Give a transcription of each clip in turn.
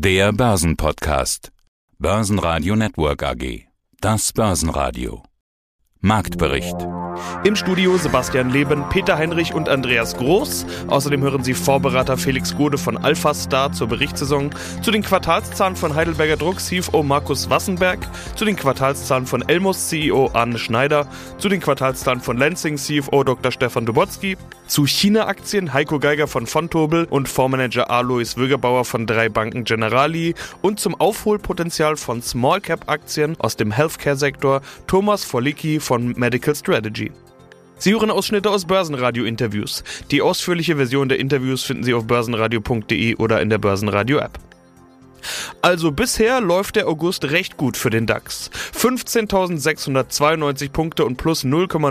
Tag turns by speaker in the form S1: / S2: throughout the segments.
S1: Der Börsenpodcast. Börsenradio Network AG. Das Börsenradio. Marktbericht.
S2: Im Studio Sebastian Leben, Peter Heinrich und Andreas Groß. Außerdem hören Sie Vorberater Felix Gode von Alphastar zur Berichtssaison, zu den Quartalszahlen von Heidelberger Druck CFO Markus Wassenberg, zu den Quartalszahlen von Elmos CEO Arne Schneider, zu den Quartalszahlen von Lenzing CFO Dr. Stefan Dubotzky, zu China-Aktien Heiko Geiger von Vontobel und Fondsmanager Alois Wögerbauer von 3 Banken Generali und zum Aufholpotenzial von Small-Cap-Aktien aus dem Healthcare-Sektor Thomas Vorlicki von Medical Strategy. Sie hören Ausschnitte aus Börsenradio-Interviews. Die ausführliche Version der Interviews finden Sie auf börsenradio.de oder in der Börsenradio-App. Also bisher läuft der August recht gut für den DAX. 15.692 Punkte und plus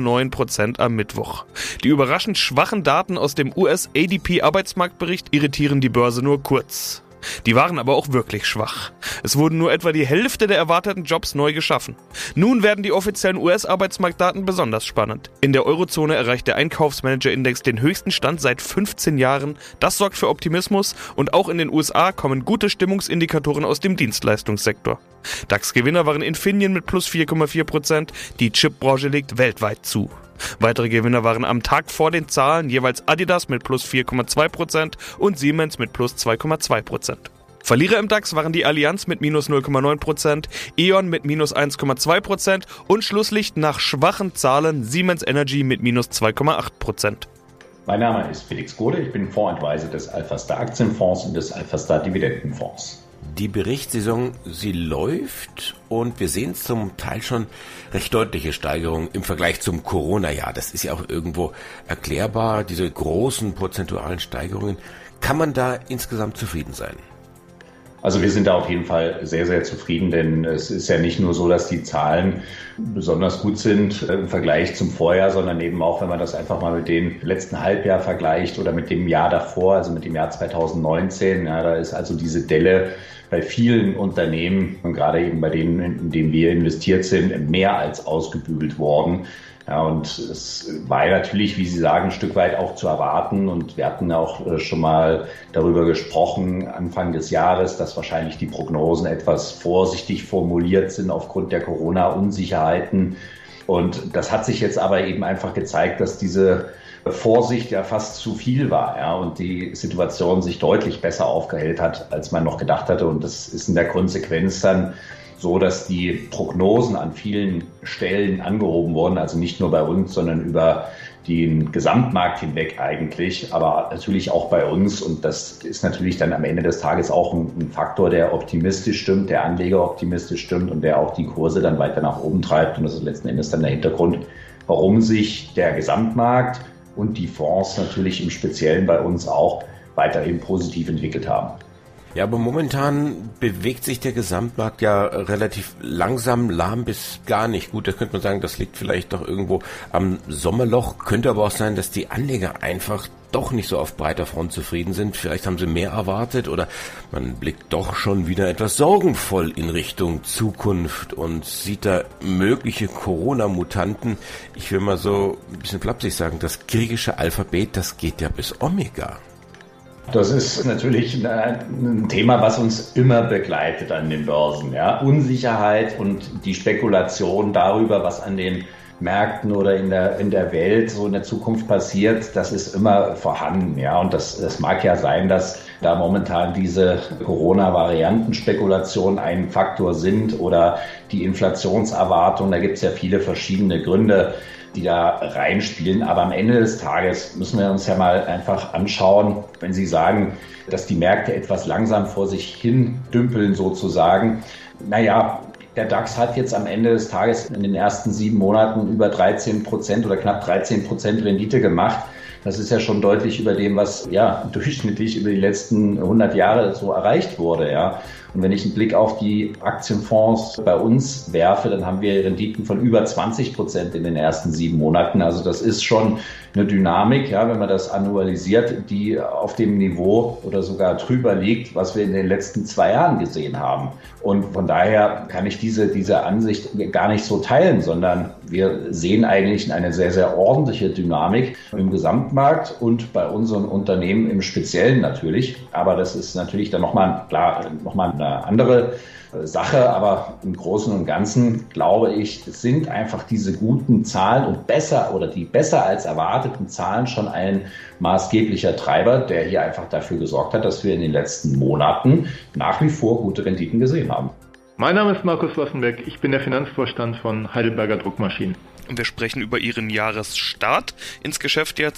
S2: 0,9% am Mittwoch. Die überraschend schwachen Daten aus dem US-ADP-Arbeitsmarktbericht irritieren die Börse nur kurz. Die waren aber auch wirklich schwach. Es wurden nur etwa die Hälfte der erwarteten Jobs neu geschaffen. Nun werden die offiziellen US-Arbeitsmarktdaten besonders spannend. In der Eurozone erreicht der Einkaufsmanager-Index den höchsten Stand seit 15 Jahren. Das sorgt für Optimismus und auch in den USA kommen gute Stimmungsindikatoren aus dem Dienstleistungssektor. DAX-Gewinner waren Infineon mit plus 4,4%, die Chipbranche legt weltweit zu. Weitere Gewinner waren am Tag vor den Zahlen jeweils Adidas mit plus 4,2% und Siemens mit plus 2,2%. Verlierer im DAX waren die Allianz mit minus 0,9%, E.ON mit minus 1,2% und Schlusslicht nach schwachen Zahlen Siemens Energy mit minus 2,8%.
S3: Mein Name ist Felix Gode, ich bin Fondsadvisor des Alphastar Aktienfonds und des Alphastar Dividendenfonds.
S4: Die Berichtssaison, sie läuft und wir sehen zum Teil schon recht deutliche Steigerungen im Vergleich zum Corona-Jahr. Das ist ja auch irgendwo erklärbar, diese großen prozentualen Steigerungen. Kann man da insgesamt zufrieden sein?
S3: Also wir sind da auf jeden Fall sehr, sehr zufrieden, denn es ist ja nicht nur so, dass die Zahlen besonders gut sind im Vergleich zum Vorjahr, sondern eben auch, wenn man das einfach mal mit dem letzten Halbjahr vergleicht oder mit dem Jahr davor, also mit dem Jahr 2019. Ja, da ist also diese Delle bei vielen Unternehmen und gerade eben bei denen, in denen wir investiert sind, mehr als ausgebügelt worden. Ja, und es war ja natürlich, wie Sie sagen, ein Stück weit auch zu erwarten. Und wir hatten auch schon mal darüber gesprochen, Anfang des Jahres, dass wahrscheinlich die Prognosen etwas vorsichtig formuliert sind aufgrund der Corona-Unsicherheiten. Und das hat sich jetzt aber eben einfach gezeigt, dass diese Vorsicht ja fast zu viel war, ja, und die Situation sich deutlich besser aufgehellt hat, als man noch gedacht hatte. Und das ist in der Konsequenz dann so, dass die Prognosen an vielen Stellen angehoben wurden, also nicht nur bei uns, sondern über den Gesamtmarkt hinweg eigentlich, aber natürlich auch bei uns. Und das ist natürlich dann am Ende des Tages auch ein Faktor, der optimistisch stimmt, der Anleger optimistisch stimmt und der auch die Kurse dann weiter nach oben treibt. Und das ist letzten Endes dann der Hintergrund, warum sich der Gesamtmarkt und die Fonds natürlich im Speziellen bei uns auch weiterhin positiv entwickelt haben.
S4: Ja, aber momentan bewegt sich der Gesamtmarkt ja relativ langsam, lahm bis gar nicht. Gut, da könnte man sagen, das liegt vielleicht doch irgendwo am Sommerloch. Könnte aber auch sein, dass die Anleger einfach doch nicht so auf breiter Front zufrieden sind. Vielleicht haben sie mehr erwartet oder man blickt doch schon wieder etwas sorgenvoll in Richtung Zukunft und sieht da mögliche Corona-Mutanten. Ich will mal so ein bisschen flapsig sagen, das griechische Alphabet, das geht ja bis Omega.
S3: Das ist natürlich ein Thema, was uns immer begleitet an den Börsen. Ja? Unsicherheit und die Spekulation darüber, was an den Märkten oder in der Welt so in der Zukunft passiert, das ist immer vorhanden. Ja? Und das mag ja sein, dass da momentan diese Corona-Varianten-Spekulationen ein Faktor sind oder die Inflationserwartung. Da gibt es ja viele verschiedene Gründe, die da reinspielen. Aber am Ende des Tages müssen wir uns ja mal einfach anschauen, wenn Sie sagen, dass die Märkte etwas langsam vor sich hin dümpeln sozusagen. Naja, der DAX hat jetzt am Ende des Tages in den ersten 7 Monaten über 13% oder knapp 13% Rendite gemacht. Das ist ja schon deutlich über dem, was ja durchschnittlich über die letzten 100 Jahre so erreicht wurde, ja. Und wenn ich einen Blick auf die Aktienfonds bei uns werfe, dann haben wir Renditen von über 20% in den ersten 7 Monaten. Also das ist schon eine Dynamik, ja, wenn man das annualisiert, die auf dem Niveau oder sogar drüber liegt, was wir in den letzten 2 Jahren gesehen haben. Und von daher kann ich diese Ansicht gar nicht so teilen, sondern wir sehen eigentlich eine sehr, sehr ordentliche Dynamik im gesamten Gesamtmarkt und bei unseren Unternehmen im Speziellen natürlich. Aber das ist natürlich dann nochmal eine andere Sache. Aber im Großen und Ganzen, glaube ich, sind einfach diese guten Zahlen und die besser als erwarteten Zahlen schon ein maßgeblicher Treiber, der hier einfach dafür gesorgt hat, dass wir in den letzten Monaten nach wie vor gute Renditen gesehen haben.
S5: Mein Name ist Markus Wassenbeck, ich bin der Finanzvorstand von Heidelberger Druckmaschinen.
S2: Und wir sprechen über Ihren Jahresstart ins Geschäftsjahr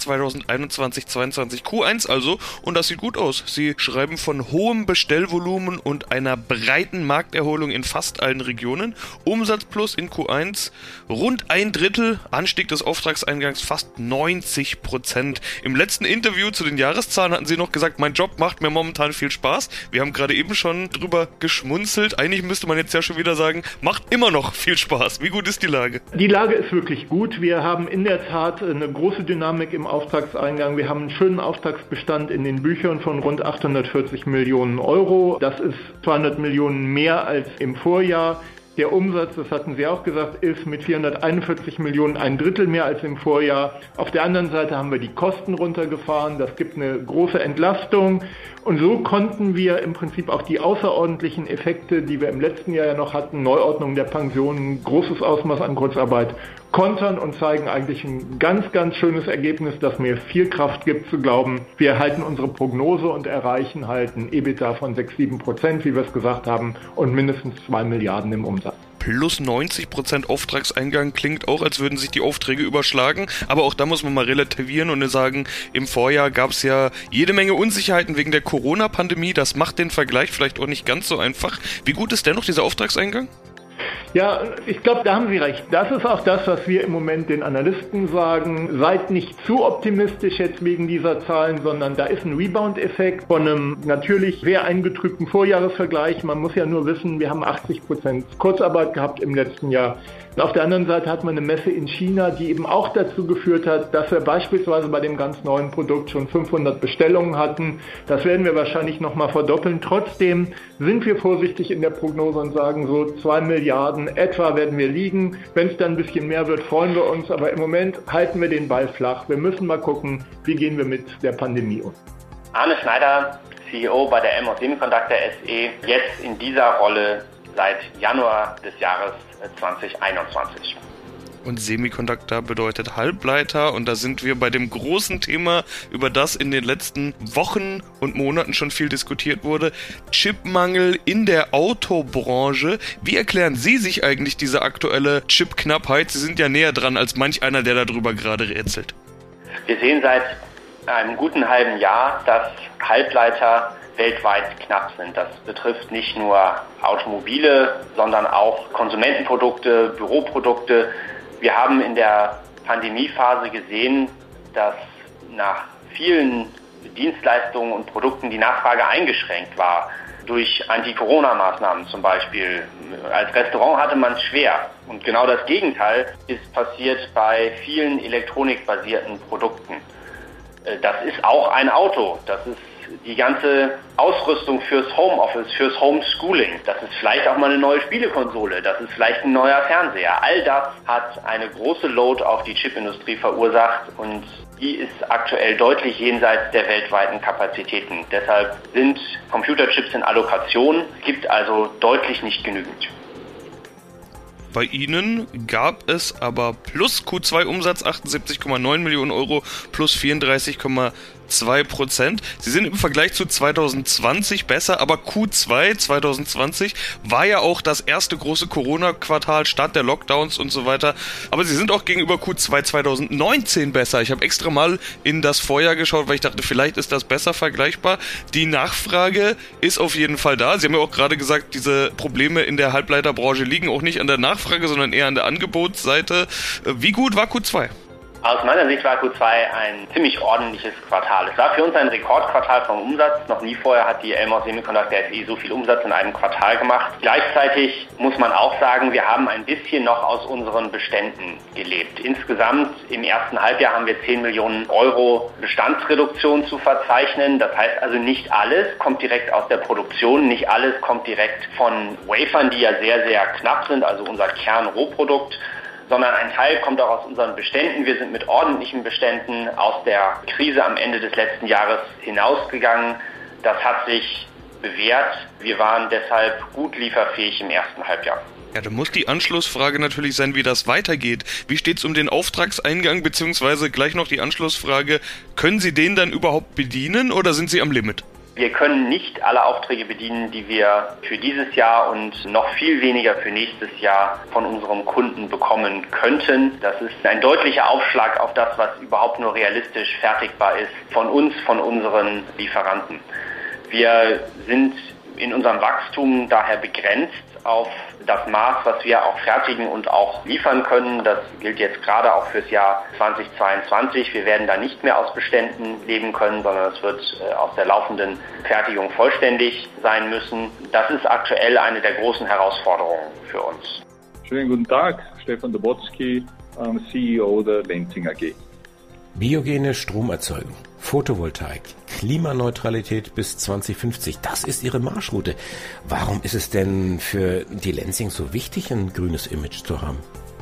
S2: 2021/22 Q1 also. Und das sieht gut aus. Sie schreiben von hohem Bestellvolumen und einer breiten Markterholung in fast allen Regionen. Umsatz plus in Q1 rund 1/3, Anstieg des Auftragseingangs fast 90%. Im letzten Interview zu den Jahreszahlen hatten Sie noch gesagt, mein Job macht mir momentan viel Spaß. Wir haben gerade eben schon drüber geschmunzelt. Eigentlich müsste man jetzt ja schon wieder sagen, macht immer noch viel Spaß. Wie gut ist die Lage?
S5: Die Lage ist wirklich gut. Wir haben in der Tat eine große Dynamik im Auftragseingang. Wir haben einen schönen Auftragsbestand in den Büchern von rund 840 Millionen Euro. Das ist 200 Millionen mehr als im Vorjahr. Der Umsatz, das hatten Sie auch gesagt, ist mit 441 Millionen 1/3 mehr als im Vorjahr. Auf der anderen Seite haben wir die Kosten runtergefahren. Das gibt eine große Entlastung. Und so konnten wir im Prinzip auch die außerordentlichen Effekte, die wir im letzten Jahr ja noch hatten, Neuordnung der Pensionen, großes Ausmaß an Kurzarbeit, kontern und zeigen eigentlich ein ganz, ganz schönes Ergebnis, das mir viel Kraft gibt zu glauben, wir erhalten unsere Prognose und erreichen halt ein EBITDA von 6-7%, wie wir es gesagt haben, und mindestens 2 Milliarden im Umsatz.
S2: Plus 90% Auftragseingang klingt auch, als würden sich die Aufträge überschlagen. Aber auch da muss man mal relativieren und sagen, im Vorjahr gab es ja jede Menge Unsicherheiten wegen der Corona-Pandemie. Das macht den Vergleich vielleicht auch nicht ganz so einfach. Wie gut ist dennoch dieser Auftragseingang?
S5: Ja, ich glaube, da haben Sie recht. Das ist auch das, was wir im Moment den Analysten sagen. Seid nicht zu optimistisch jetzt wegen dieser Zahlen, sondern da ist ein Rebound-Effekt von einem natürlich sehr eingetrübten Vorjahresvergleich. Man muss ja nur wissen, wir haben 80% Kurzarbeit gehabt im letzten Jahr. Und auf der anderen Seite hat man eine Messe in China, die eben auch dazu geführt hat, dass wir beispielsweise bei dem ganz neuen Produkt schon 500 Bestellungen hatten. Das werden wir wahrscheinlich nochmal verdoppeln. Trotzdem sind wir vorsichtig in der Prognose und sagen, so 2 Milliarden etwa werden wir liegen. Wenn es dann ein bisschen mehr wird, freuen wir uns. Aber im Moment halten wir den Ball flach. Wir müssen mal gucken, wie gehen wir mit der Pandemie um.
S6: Arne Schneider, CEO bei der Elmos Semiconductor SE, jetzt in dieser Rolle seit Januar des Jahres 2021.
S2: Und Semiconductor bedeutet Halbleiter und da sind wir bei dem großen Thema, über das in den letzten Wochen und Monaten schon viel diskutiert wurde. Chipmangel in der Autobranche. Wie erklären Sie sich eigentlich diese aktuelle Chipknappheit? Sie sind ja näher dran als manch einer, der darüber gerade rätselt.
S6: Wir sehen seit einem guten halben Jahr, dass Halbleiter weltweit knapp sind. Das betrifft nicht nur Automobile, sondern auch Konsumentenprodukte, Büroprodukte. Wir haben in der Pandemiephase gesehen, dass nach vielen Dienstleistungen und Produkten die Nachfrage eingeschränkt war. Durch Anti-Corona-Maßnahmen zum Beispiel. Als Restaurant hatte man es schwer. Und genau das Gegenteil ist passiert bei vielen elektronikbasierten Produkten. Das ist auch ein Auto. Das ist die ganze Ausrüstung fürs Homeoffice, fürs Homeschooling. Das ist vielleicht auch mal eine neue Spielekonsole. Das ist vielleicht ein neuer Fernseher. All das hat eine große Load auf die Chipindustrie verursacht und die ist aktuell deutlich jenseits der weltweiten Kapazitäten. Deshalb sind Computerchips in Allokation, gibt also deutlich nicht genügend.
S2: Bei Ihnen gab es aber plus Q2-Umsatz 78,9 Millionen Euro, plus 34,2%. Sie sind im Vergleich zu 2020 besser, aber Q2 2020 war ja auch das erste große Corona-Quartal, Start der Lockdowns und so weiter. Aber Sie sind auch gegenüber Q2 2019 besser. Ich habe extra mal in das Vorjahr geschaut, weil ich dachte, vielleicht ist das besser vergleichbar. Die Nachfrage ist auf jeden Fall da. Sie haben ja auch gerade gesagt, diese Probleme in der Halbleiterbranche liegen auch nicht an der Nachfrage, sondern eher an der Angebotsseite. Wie gut war Q2?
S6: Aus meiner Sicht war Q2 ein ziemlich ordentliches Quartal. Es war für uns ein Rekordquartal vom Umsatz. Noch nie vorher hat die Elmos Semiconductor SE so viel Umsatz in einem Quartal gemacht. Gleichzeitig muss man auch sagen, wir haben ein bisschen noch aus unseren Beständen gelebt. Insgesamt im ersten Halbjahr haben wir 10 Millionen Euro Bestandsreduktion zu verzeichnen. Das heißt also, nicht alles kommt direkt aus der Produktion, nicht alles kommt direkt von Wafern, die ja sehr, sehr knapp sind, also unser Kernrohprodukt, sondern ein Teil kommt auch aus unseren Beständen. Wir sind mit ordentlichen Beständen aus der Krise am Ende des letzten Jahres hinausgegangen. Das hat sich bewährt. Wir waren deshalb gut lieferfähig im ersten Halbjahr.
S2: Ja, da muss die Anschlussfrage natürlich sein, wie das weitergeht. Wie steht es um den Auftragseingang, beziehungsweise gleich noch die Anschlussfrage, können Sie den dann überhaupt bedienen oder sind Sie am Limit?
S6: Wir können nicht alle Aufträge bedienen, die wir für dieses Jahr und noch viel weniger für nächstes Jahr von unserem Kunden bekommen könnten. Das ist ein deutlicher Aufschlag auf das, was überhaupt nur realistisch fertigbar ist von uns, von unseren Lieferanten. Wir sind in unserem Wachstum daher begrenzt auf das Maß, was wir auch fertigen und auch liefern können. Das gilt jetzt gerade auch fürs Jahr 2022. Wir werden da nicht mehr aus Beständen leben können, sondern es wird aus der laufenden Fertigung vollständig sein müssen. Das ist aktuell eine der großen Herausforderungen für uns.
S7: Schönen guten Tag, Stefan Dobotsky, CEO der Lenzing AG.
S4: Biogene Stromerzeugung, Photovoltaik, Klimaneutralität bis 2050, das ist Ihre Marschroute. Warum ist es denn für die Lenzing so wichtig, ein grünes Image zu haben?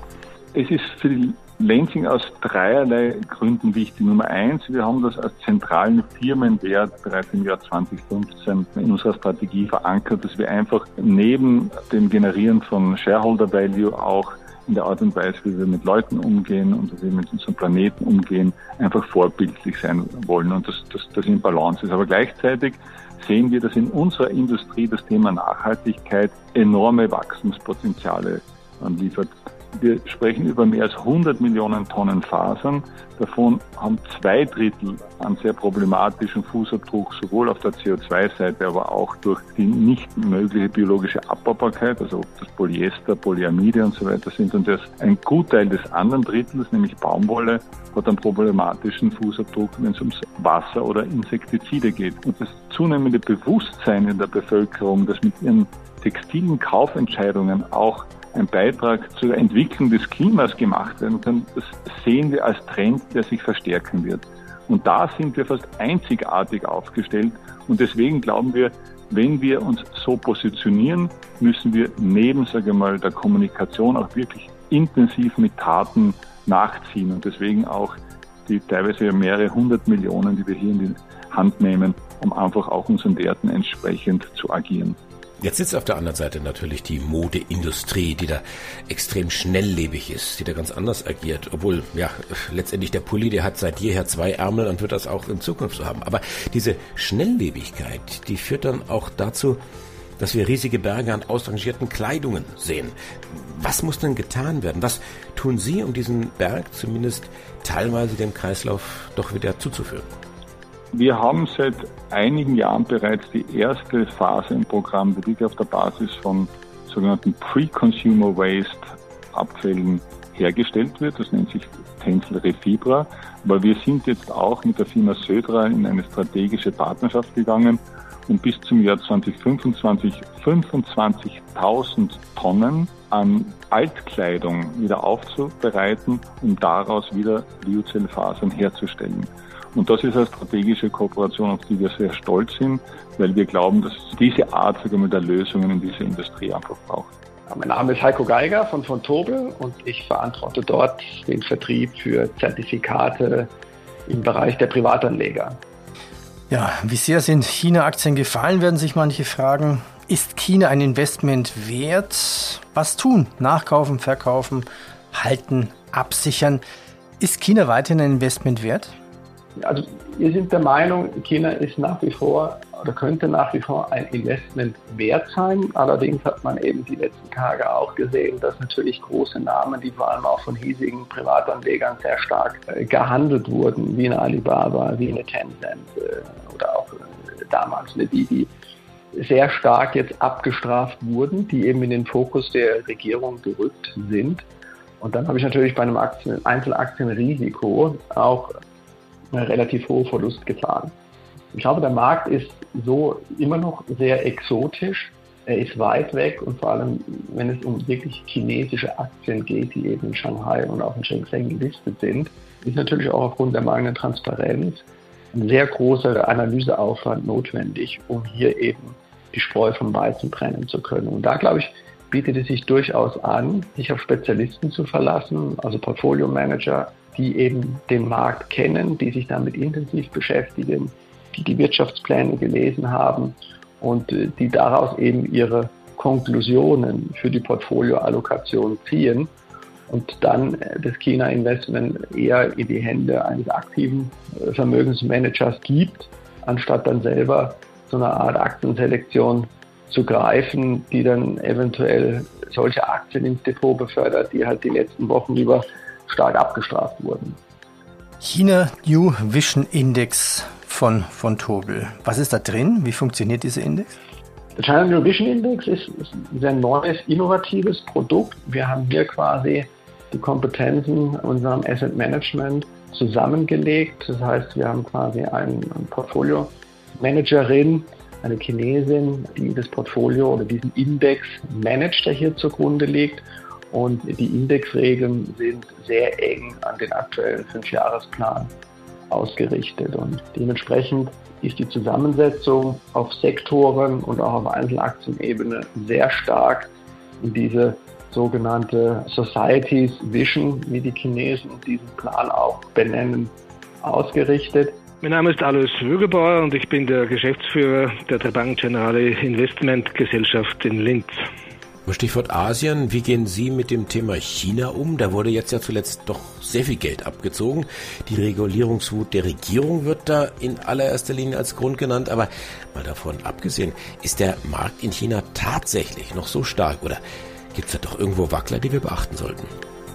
S7: Es ist für die Lenzing aus dreierlei Gründen wichtig. Nummer 1, wir haben das als zentralen Firmenwert bereits im Jahr 2015 in unserer Strategie verankert, dass wir einfach neben dem Generieren von Shareholder Value auch in der Art und Weise, wie wir mit Leuten umgehen und wie wir mit unserem Planeten umgehen, einfach vorbildlich sein wollen und das in Balance ist. Aber gleichzeitig sehen wir, dass in unserer Industrie das Thema Nachhaltigkeit enorme Wachstumspotenziale liefert. Wir sprechen über mehr als 100 Millionen Tonnen Fasern. Davon haben 2/3 einen sehr problematischen Fußabdruck, sowohl auf der CO2-Seite, aber auch durch die nicht mögliche biologische Abbaubarkeit, also ob das Polyester, Polyamide und so weiter sind. Und ein Gutteil des anderen Drittels, nämlich Baumwolle, hat einen problematischen Fußabdruck, wenn es ums Wasser oder Insektizide geht. Und das zunehmende Bewusstsein in der Bevölkerung, dass mit ihren textilen Kaufentscheidungen auch ein Beitrag zur Entwicklung des Klimas gemacht werden kann, das sehen wir als Trend, der sich verstärken wird. Und da sind wir fast einzigartig aufgestellt. Und deswegen glauben wir, wenn wir uns so positionieren, müssen wir neben, sage ich mal, der Kommunikation auch wirklich intensiv mit Taten nachziehen. Und deswegen auch die teilweise mehrere 100 Millionen, die wir hier in die Hand nehmen, um einfach auch unseren Werten entsprechend zu agieren.
S4: Jetzt sitzt auf der anderen Seite natürlich die Modeindustrie, die da extrem schnelllebig ist, die da ganz anders agiert. Obwohl, ja, letztendlich der Pulli, der hat seit jeher 2 Ärmel und wird das auch in Zukunft so haben. Aber diese Schnelllebigkeit, die führt dann auch dazu, dass wir riesige Berge an ausrangierten Kleidungen sehen. Was muss denn getan werden? Was tun Sie, um diesen Berg zumindest teilweise dem Kreislauf doch wieder zuzuführen?
S7: Wir haben seit einigen Jahren bereits die erste Phase im Programm, die wirklich auf der Basis von sogenannten Pre-Consumer Waste Abfällen hergestellt wird. Das nennt sich Tencel Refibra. Aber wir sind jetzt auch mit der Firma Södra in eine strategische Partnerschaft gegangen, um bis zum Jahr 2025 25.000 Tonnen an Altkleidung wieder aufzubereiten, um daraus wieder Lyocellfasern herzustellen. Und das ist eine strategische Kooperation, auf die wir sehr stolz sind, weil wir glauben, dass diese Art, sagen wir mal, der Lösungen in dieser Industrie einfach braucht.
S8: Mein Name ist Heiko Geiger von Tobel und ich verantworte dort den Vertrieb für Zertifikate im Bereich der Privatanleger.
S9: Ja, wie sehr sind China-Aktien gefallen, werden sich manche fragen. Ist China ein Investment wert? Was tun? Nachkaufen, verkaufen, halten, absichern. Ist China weiterhin ein Investment wert?
S8: Also wir sind der Meinung, China ist nach wie vor oder könnte nach wie vor ein Investment wert sein. Allerdings hat man eben die letzten Tage auch gesehen, dass natürlich große Namen, die vor allem auch von hiesigen Privatanlegern sehr stark gehandelt wurden, wie eine Alibaba, wie eine Tencent oder auch damals eine Didi, sehr stark jetzt abgestraft wurden, die eben in den Fokus der Regierung gerückt sind. Und dann habe ich natürlich bei einem Einzelaktienrisiko auch eine relativ hohe Verlust getragen. Ich glaube, der Markt ist so immer noch sehr exotisch. Er ist weit weg und vor allem, wenn es um wirklich chinesische Aktien geht, die eben in Shanghai und auch in Shenzhen gelistet sind, ist natürlich auch aufgrund der mangelnden Transparenz ein sehr großer Analyseaufwand notwendig, um hier eben die Spreu vom Weizen trennen zu können. Und da, glaube ich, bietet es sich durchaus an, sich auf Spezialisten zu verlassen, also Portfolio-Manager, die eben den Markt kennen, die sich damit intensiv beschäftigen, die die Wirtschaftspläne gelesen haben und die daraus eben ihre Konklusionen für die Portfolioallokation ziehen und dann das China-Investment eher in die Hände eines aktiven Vermögensmanagers gibt, anstatt dann selber so eine Art Aktienselektion zu greifen, die dann eventuell solche Aktien ins Depot befördert, die halt die letzten Wochen über stark abgestraft wurden.
S9: China New Vision Index von Vontobel. Was ist da drin? Wie funktioniert dieser Index?
S8: Der China New Vision Index ist ein sehr neues, innovatives Produkt. Wir haben hier quasi die Kompetenzen unserem Asset Management zusammengelegt. Das heißt, wir haben quasi eine Portfolio-Managerin, eine Chinesin, die das Portfolio oder diesen Index managt, der hier zugrunde liegt. Und die Indexregeln sind sehr eng an den aktuellen 5-Jahresplan ausgerichtet. Und dementsprechend ist die Zusammensetzung auf Sektoren und auch auf Einzelaktienebene sehr stark in diese sogenannte Society's Vision, wie die Chinesen diesen Plan auch benennen, ausgerichtet.
S10: Mein Name ist Alois Wögerbauer und ich bin der Geschäftsführer der Bank Generali Investment Gesellschaft in Linz.
S4: Stichwort Asien, wie gehen Sie mit dem Thema China um? Da wurde jetzt ja zuletzt doch sehr viel Geld abgezogen. Die Regulierungswut der Regierung wird da in allererster Linie als Grund genannt. Aber mal davon abgesehen, ist der Markt in China tatsächlich noch so stark oder gibt es da doch irgendwo Wackler, die wir beachten sollten?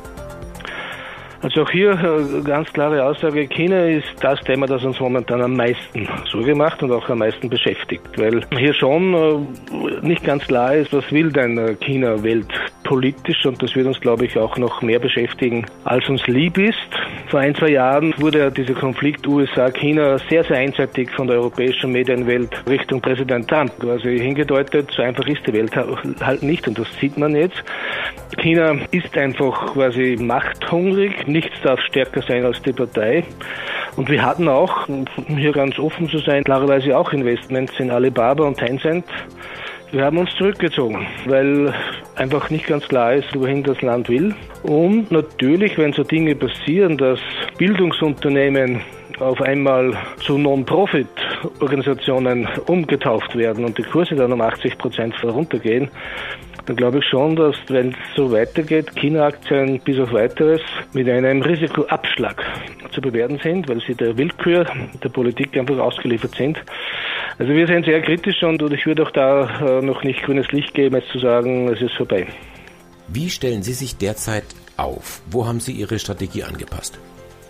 S10: Also auch hier ganz klare Aussage, China ist das Thema, das uns momentan am meisten Sorge macht und auch am meisten beschäftigt, weil hier schon nicht ganz klar ist, was will denn China weltpolitisch, und das wird uns, glaube ich, auch noch mehr beschäftigen, als uns lieb ist. Vor 1-2 Jahren wurde dieser Konflikt USA-China sehr, sehr einseitig von der europäischen Medienwelt Richtung Präsident Trump quasi hingedeutet. So einfach ist die Welt halt nicht, und das sieht man jetzt. China ist einfach quasi machthungrig. Nichts darf stärker sein als die Partei. Und wir hatten auch, um hier ganz offen zu sein, klarerweise auch Investments in Alibaba und Tencent. Wir haben uns zurückgezogen, weil einfach nicht ganz klar ist, wohin das Land will. Und natürlich, wenn so Dinge passieren, dass Bildungsunternehmen auf einmal zu Non-Profit-Organisationen umgetauft werden und die Kurse dann um 80% runtergehen, dann glaube ich schon, dass, wenn es so weitergeht, China-Aktien bis auf Weiteres mit einem Risikoabschlag zu bewerten sind, weil sie der Willkür der Politik einfach ausgeliefert sind. Also wir sind sehr kritisch und ich würde auch da noch nicht grünes Licht geben, jetzt zu sagen, es ist vorbei.
S4: Wie stellen Sie sich derzeit auf? Wo haben Sie Ihre Strategie angepasst?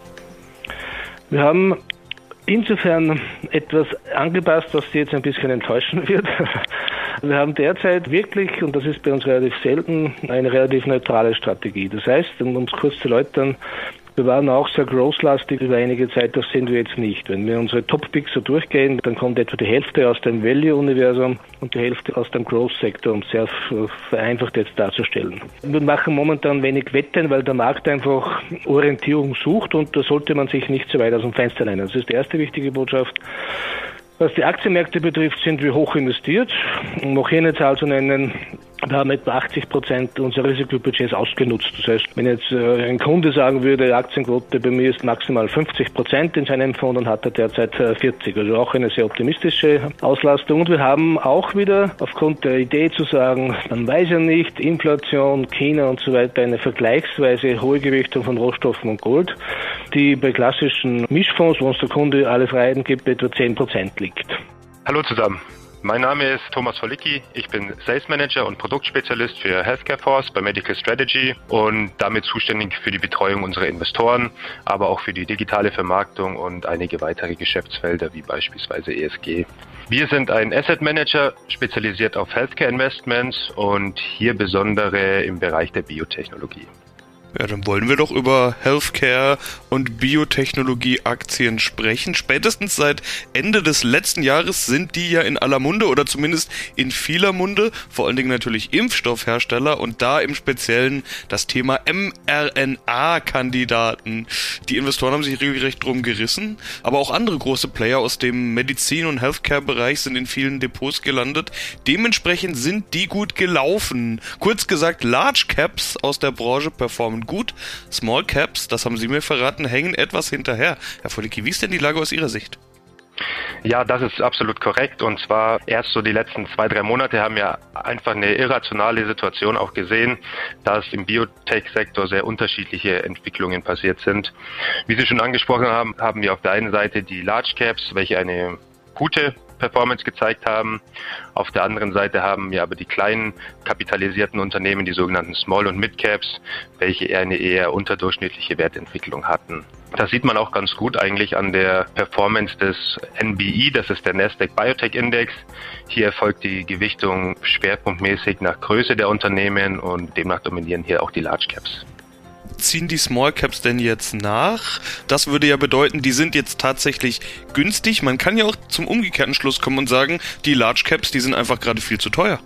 S10: Wir haben insofern etwas angepasst, was Sie jetzt ein bisschen enttäuschen wird. Wir haben derzeit wirklich, und das ist bei uns relativ selten, eine relativ neutrale Strategie. Das heißt, um es kurz zu erläutern, wir waren auch sehr großlastig über einige Zeit, das sind wir jetzt nicht. Wenn wir unsere Top-Picks so durchgehen, dann kommt etwa die Hälfte aus dem Value-Universum und die Hälfte aus dem Growth-Sektor, um es sehr vereinfacht jetzt darzustellen. Wir machen momentan wenig Wetten, weil der Markt einfach Orientierung sucht, und da sollte man sich nicht so weit aus dem Fenster lehnen. Das ist die erste wichtige Botschaft. Was die Aktienmärkte betrifft, sind wir hoch investiert. Um noch hier eine Zahl zu nennen, wir haben etwa 80% unserer Risikobudgets ausgenutzt. Das heißt, wenn jetzt ein Kunde sagen würde, die Aktienquote bei mir ist maximal 50% in seinem Fonds, dann hat er derzeit 40%. Also auch eine sehr optimistische Auslastung. Und wir haben auch wieder aufgrund der Idee zu sagen, man weiß ja nicht, Inflation, China und so weiter, eine vergleichsweise hohe Gewichtung von Rohstoffen und Gold, die bei klassischen Mischfonds, wo uns der Kunde alle Freiheiten gibt, etwa 10% liegt.
S11: Hallo zusammen. Mein Name ist Thomas Volicki, ich bin Sales Manager und Produktspezialist für Healthcare Force bei Medical Strategy und damit zuständig für die Betreuung unserer Investoren, aber auch für die digitale Vermarktung und einige weitere Geschäftsfelder wie beispielsweise ESG. Wir sind ein Asset Manager, spezialisiert auf Healthcare Investments und hier besondere im Bereich der Biotechnologie.
S2: Ja, dann wollen wir doch über Healthcare und Biotechnologie-Aktien sprechen. Spätestens seit Ende des letzten Jahres sind die ja in aller Munde oder zumindest in vieler Munde, vor allen Dingen natürlich Impfstoffhersteller und da im Speziellen das Thema mRNA-Kandidaten. Die Investoren haben sich regelrecht drum gerissen, aber auch andere große Player aus dem Medizin- und Healthcare-Bereich sind in vielen Depots gelandet. Dementsprechend sind die gut gelaufen. Kurz gesagt, Large Caps aus der Branche performen gut. Small Caps, das haben Sie mir verraten, hängen etwas hinterher. Herr Folicki, wie ist denn die Lage aus Ihrer Sicht?
S11: Ja, das ist absolut korrekt. Und zwar erst so die letzten 2-3 Monate haben ja einfach eine irrationale Situation auch gesehen, dass im Biotech-Sektor sehr unterschiedliche Entwicklungen passiert sind. Wie Sie schon angesprochen haben, haben wir auf der einen Seite die Large Caps, welche eine gute Performance gezeigt haben. Auf der anderen Seite haben wir aber die kleinen kapitalisierten Unternehmen, die sogenannten Small- und Mid-Caps, welche eine eher unterdurchschnittliche Wertentwicklung hatten. Das sieht man auch ganz gut eigentlich an der Performance des NBI, das ist der Nasdaq Biotech Index. Hier erfolgt die Gewichtung schwerpunktmäßig nach Größe der Unternehmen und demnach dominieren hier auch die Large Caps.
S2: Ziehen die Small Caps denn jetzt nach? Das würde ja bedeuten, die sind jetzt tatsächlich günstig. Man kann ja auch zum umgekehrten Schluss kommen und sagen, die Large Caps, die sind einfach gerade viel zu teuer.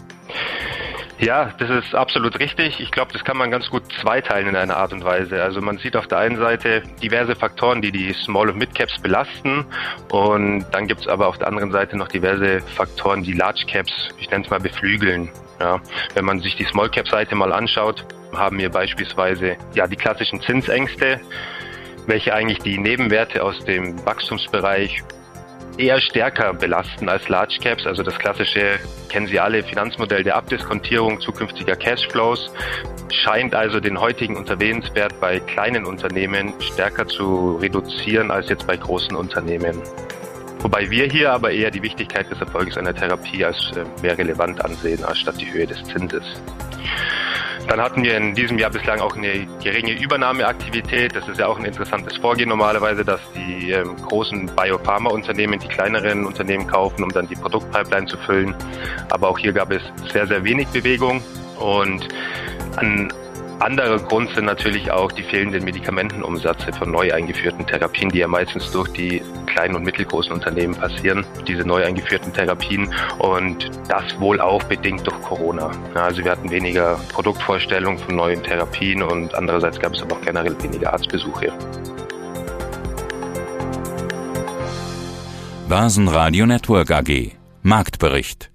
S11: Ja, das ist absolut richtig. Ich glaube, das kann man ganz gut zweiteilen in einer Art und Weise. Also man sieht auf der einen Seite diverse Faktoren, die die Small- und Mid-Caps belasten. Und dann gibt es aber auf der anderen Seite noch diverse Faktoren, die Large Caps, ich nenne es mal, beflügeln. Ja, wenn man sich die Small Cap Seite mal anschaut, haben wir beispielsweise die klassischen Zinsängste, welche eigentlich die Nebenwerte aus dem Wachstumsbereich eher stärker belasten als Large Caps. Also das klassische, kennen Sie alle, Finanzmodell der Abdiskontierung zukünftiger Cashflows scheint also den heutigen Unternehmenswert bei kleinen Unternehmen stärker zu reduzieren als jetzt bei großen Unternehmen. Wobei wir hier aber eher die Wichtigkeit des Erfolgs einer Therapie als mehr relevant ansehen, als statt die Höhe des Zinses. Dann hatten wir in diesem Jahr bislang auch eine geringe Übernahmeaktivität. Das ist ja auch ein interessantes Vorgehen normalerweise, dass die großen Biopharma-Unternehmen die kleineren Unternehmen kaufen, um dann die Produktpipeline zu füllen. Aber auch hier gab es sehr, sehr wenig Bewegung. Und ein anderer Grund sind natürlich auch die fehlenden Medikamentenumsätze von neu eingeführten Therapien, die ja meistens durch die kleinen und mittelgroßen Unternehmen passieren, diese neu eingeführten Therapien, und das wohl auch bedingt durch Corona. Ja, also wir hatten weniger Produktvorstellungen von neuen Therapien und andererseits gab es aber auch generell weniger Arztbesuche.
S1: Börsenradio Network AG Marktbericht.